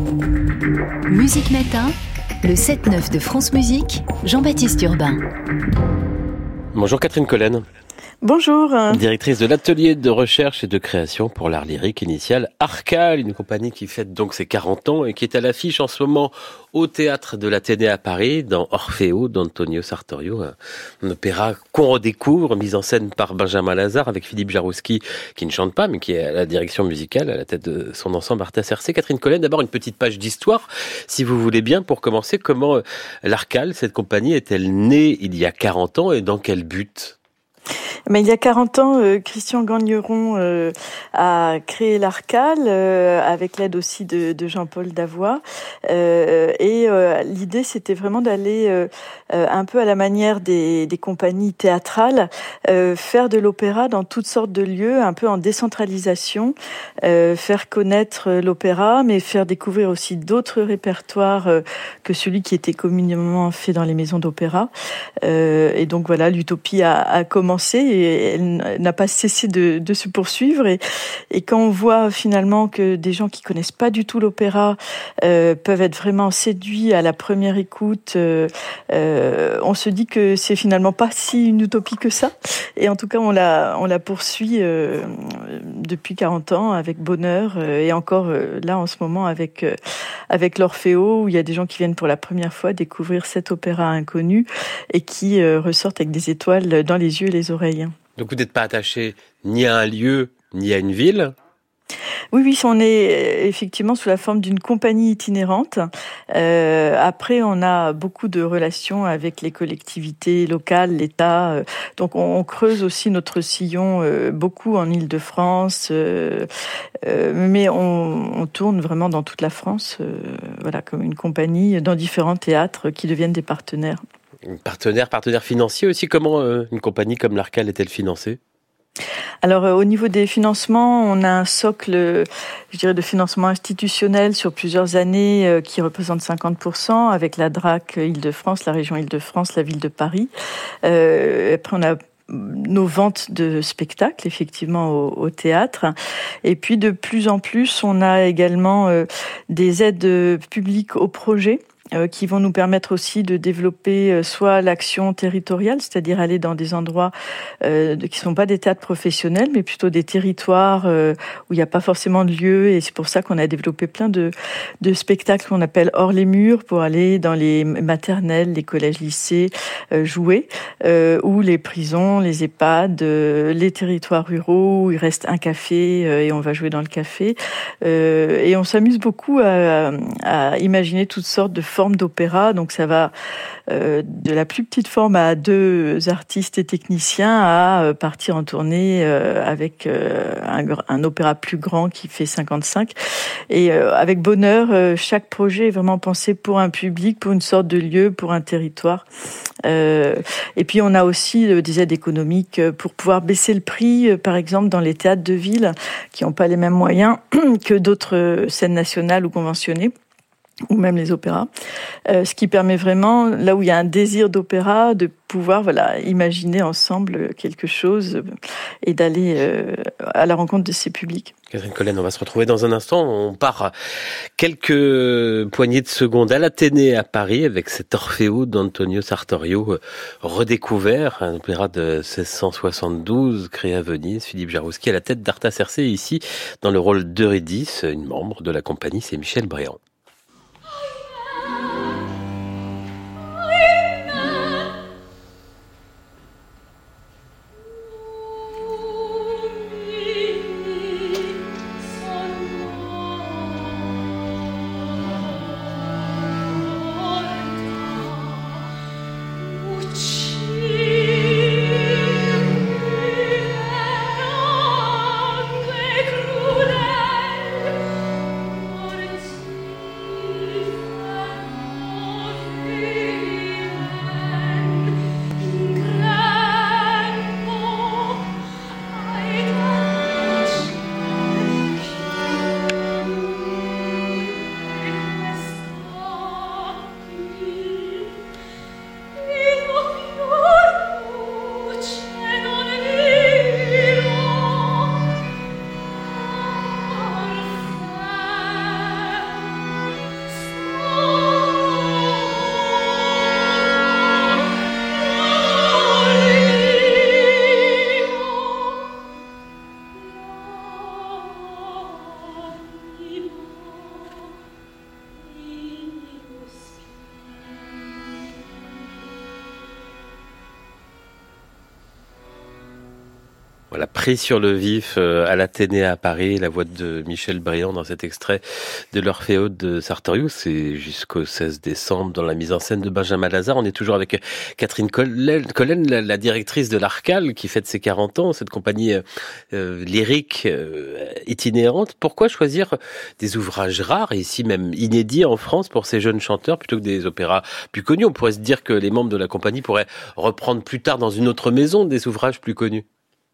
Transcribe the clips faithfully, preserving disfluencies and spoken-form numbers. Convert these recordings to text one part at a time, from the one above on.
Musique Matin, le sept neuf de France Musique, Jean-Baptiste Urbain. Bonjour Catherine Collen. Bonjour. Directrice de l'atelier de recherche et de création pour l'art lyrique initial Arcal, une compagnie qui fête donc ses quarante ans et qui est à l'affiche en ce moment au théâtre de l'Athénée à Paris, dans Orfeo d'Antonio Sartorio, un opéra qu'on redécouvre, mis en scène par Benjamin Lazare avec Philippe Jarouski, qui ne chante pas, mais qui est à la direction musicale, à la tête de son ensemble Artas R C. Catherine Collen, d'abord une petite page d'histoire, si vous voulez bien, pour commencer. Comment l'Arcal, cette compagnie, est-elle née il y a quarante ans et dans quel but ? Mais il y a quarante ans, euh, Christian Gagneron euh, a créé l'Arcal euh, avec l'aide aussi de, de Jean-Paul Davois. Euh, et euh, l'idée, c'était vraiment d'aller euh, euh, un peu à la manière des, des compagnies théâtrales, euh, faire de l'opéra dans toutes sortes de lieux, un peu en décentralisation, euh, faire connaître l'opéra, mais faire découvrir aussi d'autres répertoires euh, que celui qui était communément fait dans les maisons d'opéra. Euh, et donc voilà, l'utopie a, a commencé et elle n'a pas cessé de, de se poursuivre. Et, et quand on voit finalement que des gens qui connaissent pas du tout l'opéra euh, peuvent être vraiment séduits à la première écoute, euh, euh, on se dit que c'est finalement pas si une utopie que ça. Et en tout cas, on la, on la poursuit euh, depuis quarante ans avec bonheur euh, et encore euh, là en ce moment avec euh, avec l'Orfeo où il y a des gens qui viennent pour la première fois découvrir cet opéra inconnu et qui euh, ressortent avec des étoiles dans les yeux et les oreilles. Donc vous n'êtes pas attaché ni à un lieu, ni à une ville ? Oui, oui, on est effectivement sous la forme d'une compagnie itinérante. Euh, après, on a beaucoup de relations avec les collectivités locales, l'État. Donc, on, on creuse aussi notre sillon euh, beaucoup en Île-de-France. Euh, euh, mais on, on tourne vraiment dans toute la France, euh, voilà, comme une compagnie dans différents théâtres qui deviennent des partenaires. Partenaire, partenaire financier aussi. Comment euh, une compagnie comme l'Arcal est-elle financée ? Alors, euh, au niveau des financements, on a un socle, je dirais, de financement institutionnel sur plusieurs années euh, qui représente cinquante pour cent avec la D R A C Île-de-France, la région Île-de-France, la ville de Paris. Euh, après, on a nos ventes de spectacles, effectivement, au, au théâtre. Et puis, de plus en plus, on a également euh, des aides publiques au projet, Euh, qui vont nous permettre aussi de développer euh, soit l'action territoriale, c'est-à-dire aller dans des endroits euh, de, qui ne sont pas des théâtres professionnels, mais plutôt des territoires euh, où il n'y a pas forcément de lieu. Et c'est pour ça qu'on a développé plein de, de spectacles qu'on appelle hors les murs, pour aller dans les maternelles, les collèges, lycées, euh, jouer, euh, ou les prisons, les EHPAD, euh, les territoires ruraux où il reste un café euh, et on va jouer dans le café. Euh, et on s'amuse beaucoup à, à imaginer toutes sortes de forme d'opéra, donc ça va euh, de la plus petite forme à deux artistes et techniciens à euh, partir en tournée euh, avec euh, un, un opéra plus grand qui fait cinquante-cinq. Et euh, avec bonheur, euh, chaque projet est vraiment pensé pour un public, pour une sorte de lieu, pour un territoire. Euh, et puis on a aussi euh, des aides économiques pour pouvoir baisser le prix, euh, par exemple dans les théâtres de ville qui n'ont pas les mêmes moyens que d'autres scènes nationales ou conventionnées, ou même les opéras, euh, ce qui permet vraiment, là où il y a un désir d'opéra, de pouvoir voilà imaginer ensemble quelque chose et d'aller euh, à la rencontre de ces publics. Catherine Collen, on va se retrouver dans un instant. On part quelques poignées de secondes à l'Athénée à Paris avec cet Orfeo d'Antonio Sartorio redécouvert, un opéra de seize cent soixante-douze créé à Venise. Philippe Jarouski à la tête d'Artas R C, ici dans le rôle d'Eurydice, une membre de la compagnie, c'est Michel Bréant. Voilà, pris sur le vif euh, à l'Athénée à Paris, la voix de Michel Briand dans cet extrait de l'Orfeo de Sartorius. C'est jusqu'au seize décembre dans la mise en scène de Benjamin Lazare. On est toujours avec Catherine Collen, Collen la, la directrice de l'Arcale, qui fête ses quarante ans, cette compagnie euh, lyrique euh, itinérante. Pourquoi choisir des ouvrages rares, et ici même inédits en France, pour ces jeunes chanteurs, plutôt que des opéras plus connus? On pourrait se dire que les membres de la compagnie pourraient reprendre plus tard dans une autre maison des ouvrages plus connus.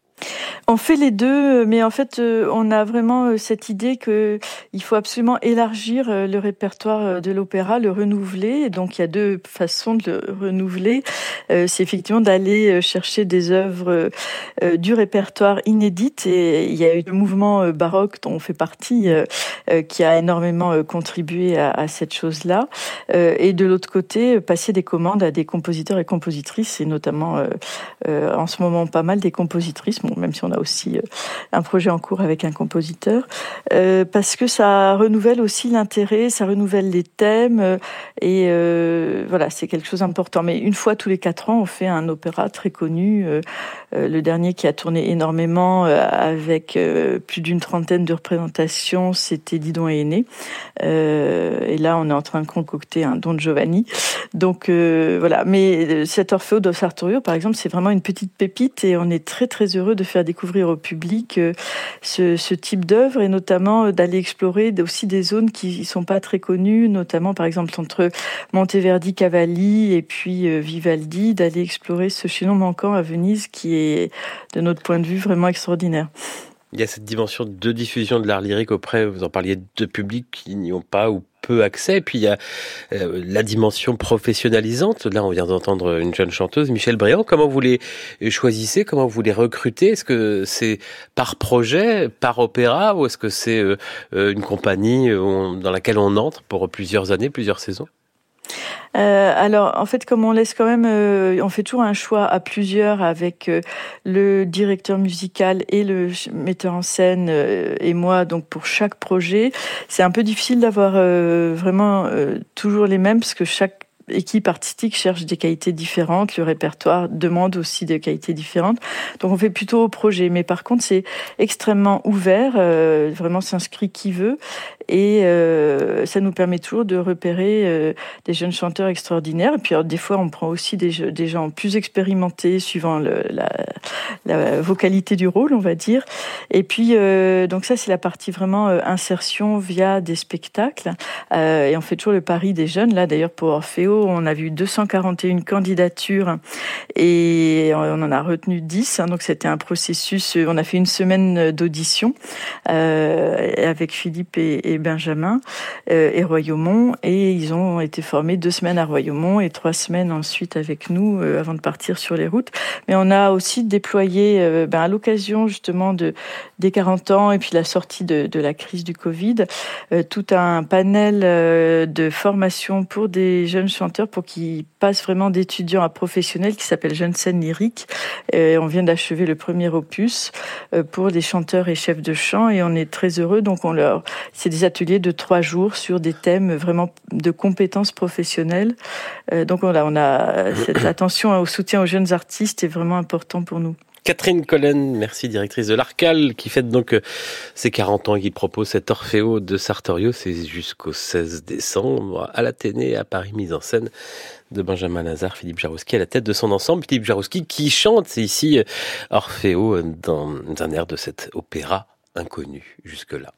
On fait les deux, mais en fait, on a vraiment cette idée que il faut absolument élargir le répertoire de l'opéra, le renouveler. Donc, il y a deux façons de le renouveler. C'est effectivement d'aller chercher des œuvres du répertoire inédites. Et il y a eu le mouvement baroque dont on fait partie, qui a énormément contribué à, à cette chose-là. Et de l'autre côté, passer des commandes à des compositeurs et compositrices, et notamment en ce moment pas mal des compositrices. Bon, même si on a aussi un projet en cours avec un compositeur, euh, parce que ça renouvelle aussi l'intérêt, ça renouvelle les thèmes, euh, et euh, voilà, c'est quelque chose d'important. Mais une fois tous les quatre ans, on fait un opéra très connu, euh, euh, le dernier qui a tourné énormément, euh, avec euh, plus d'une trentaine de représentations, c'était Didon et Aîné. Euh, et là, on est en train de concocter un Don Giovanni. Donc euh, voilà, mais cet Orfeo de Sartorio, par exemple, c'est vraiment une petite pépite, et on est très très heureux de faire découvrir au public euh, ce, ce type d'œuvre, et notamment euh, d'aller explorer aussi des zones qui ne sont pas très connues, notamment par exemple entre Monteverdi, Cavalli et puis euh, Vivaldi, d'aller explorer ce chaînon manquant à Venise qui est, de notre point de vue, vraiment extraordinaire. Il y a cette dimension de diffusion de l'art lyrique auprès, vous en parliez, de publics qui n'y ont pas ou peu accès. Et puis il y a euh, la dimension professionnalisante. Là, on vient d'entendre une jeune chanteuse, Michel Briand. Comment vous les choisissez? Comment vous les recrutez? Est-ce que c'est par projet, par opéra, ou est-ce que c'est euh, une compagnie on, dans laquelle on entre pour plusieurs années, plusieurs saisons? Euh, alors, en fait, comme on laisse quand même, euh, on fait toujours un choix à plusieurs avec euh, le directeur musical et le metteur en scène euh, et moi, donc pour chaque projet. C'est un peu difficile d'avoir euh, vraiment euh, toujours les mêmes, parce que chaque équipe artistique cherche des qualités différentes, le répertoire demande aussi des qualités différentes. Donc on fait plutôt au projet, mais par contre c'est extrêmement ouvert, euh, vraiment s'inscrit qui veut, et euh, ça nous permet toujours de repérer euh, des jeunes chanteurs extraordinaires. Et puis alors, des fois on prend aussi des, des gens plus expérimentés suivant le, la, la vocalité du rôle, on va dire. Et puis euh, donc ça c'est la partie vraiment euh, insertion via des spectacles, euh, et on fait toujours le pari des jeunes. Là d'ailleurs pour Orfeo, on a vu deux cent quarante et une candidatures et on en a retenu dix. Donc c'était un processus. On a fait une semaine d'audition euh, avec Philippe et, et Benjamin euh, et Royaumont, et ils ont été formés deux semaines à Royaumont et trois semaines ensuite avec nous euh, avant de partir sur les routes. Mais on a aussi déployé euh, ben, à l'occasion justement de des quarante ans et puis la sortie de, de la crise du Covid, euh, tout un panel euh, de formation pour des jeunes chanteurs, pour qu'ils passent vraiment d'étudiants à professionnels, qui s'appelle Jeune Scène Lyrique. Et on vient d'achever le premier opus pour les chanteurs et chefs de chant, et on est très heureux. Donc on leur, c'est des ateliers de trois jours sur des thèmes vraiment de compétences professionnelles. Donc voilà, on a cette attention au soutien aux jeunes artistes est vraiment important pour nous. Catherine Collen, merci, directrice de l'Arcale, qui fête donc ses quarante ans et qui propose cet Orfeo de Sartorio. C'est jusqu'au seize décembre à l'Athénée à Paris, mise en scène de Benjamin Lazare, Philippe Jarouski à la tête de son ensemble. Philippe Jarouski qui chante, c'est ici Orfeo dans un air de cet opéra inconnu jusque-là.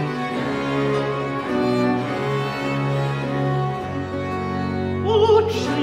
Uccelli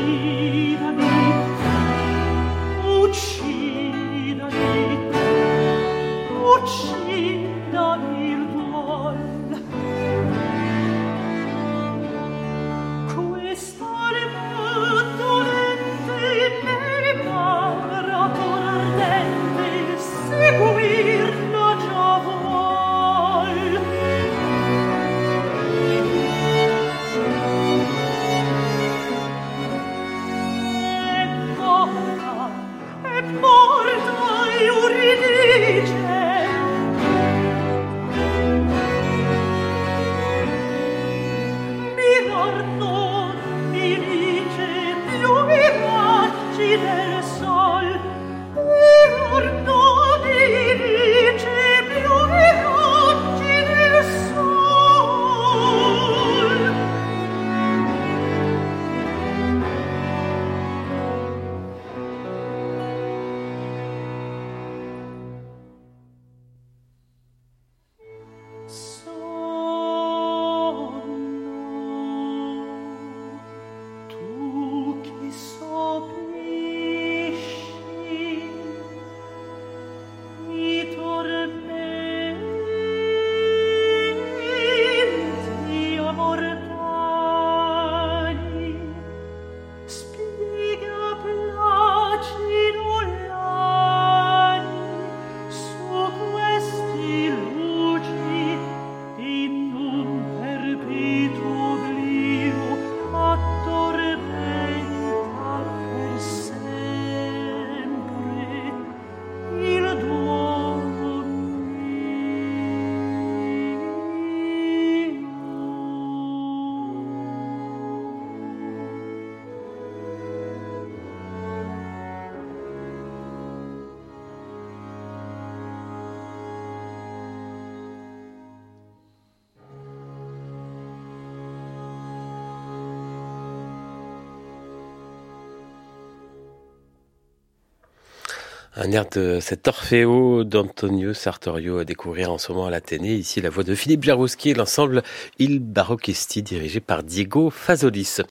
Un air de cet Orfeo d'Antonio Sartorio à découvrir en ce moment à l'Athénée. Ici, la voix de Philippe Jarouski et l'ensemble Il Barocchesti dirigé par Diego Fazolis.